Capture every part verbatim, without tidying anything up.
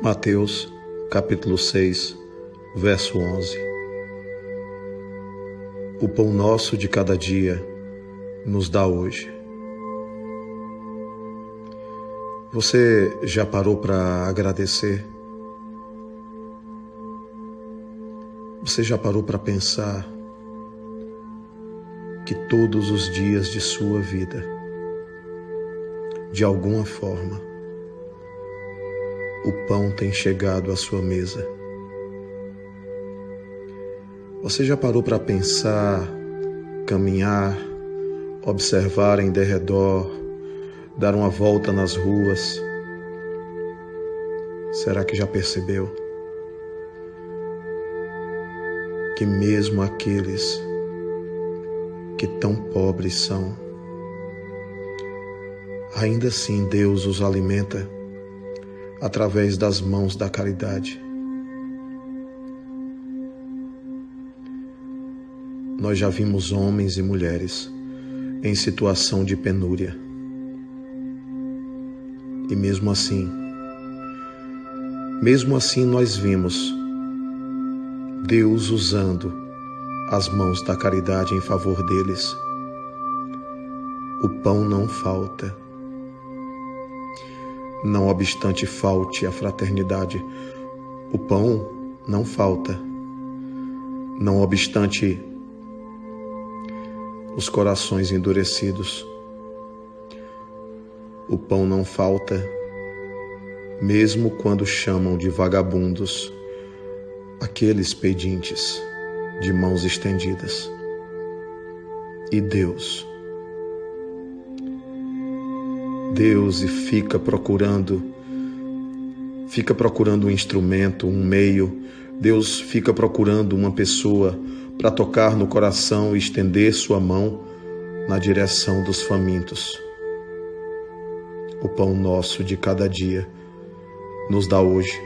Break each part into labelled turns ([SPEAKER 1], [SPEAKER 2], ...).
[SPEAKER 1] Mateus, capítulo seis, verso onze. O pão nosso de cada dia nos dá hoje. Você já parou para agradecer? Você já parou para pensar que todos os dias de sua vida, de alguma forma, o pão tem chegado à sua mesa? Você já parou para pensar, caminhar, observar em derredor, dar uma volta nas ruas? Será que já percebeu que mesmo aqueles que tão pobres são, ainda assim Deus os alimenta através das mãos da caridade? Nós já vimos homens e mulheres em situação de penúria. E mesmo assim, mesmo assim nós vimos Deus usando as mãos da caridade em favor deles. O pão não falta. Não obstante falte a fraternidade, o pão não falta. Não obstante os corações endurecidos, o pão não falta, mesmo quando chamam de vagabundos aqueles pedintes de mãos estendidas. E Deus, Deus e fica procurando, fica procurando um instrumento, um meio. Deus fica procurando uma pessoa para tocar no coração e estender sua mão na direção dos famintos. O pão nosso de cada dia nos dá hoje.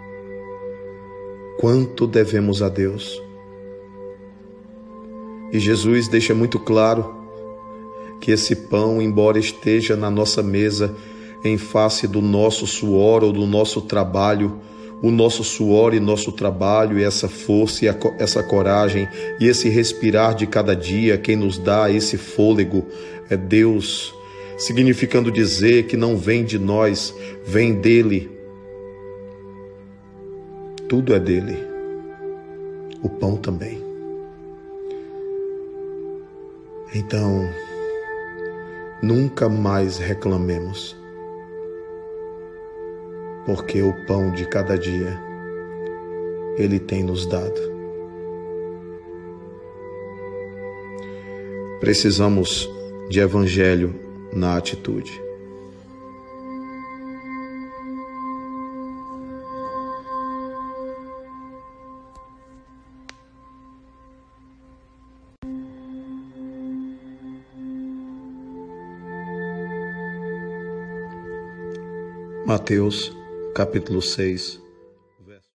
[SPEAKER 1] Quanto devemos a Deus? E Jesus deixa muito claro que esse pão, embora esteja na nossa mesa, em face do nosso suor ou do nosso trabalho, o nosso suor e nosso trabalho, e essa força e essa coragem e esse respirar de cada dia, quem nos dá esse fôlego é Deus, significando dizer que não vem de nós, vem dele. Tudo é dele, o pão também. Então, nunca mais reclamemos, porque o pão de cada dia Ele tem nos dado. Precisamos de evangelho na atitude. Mateus, capítulo seis,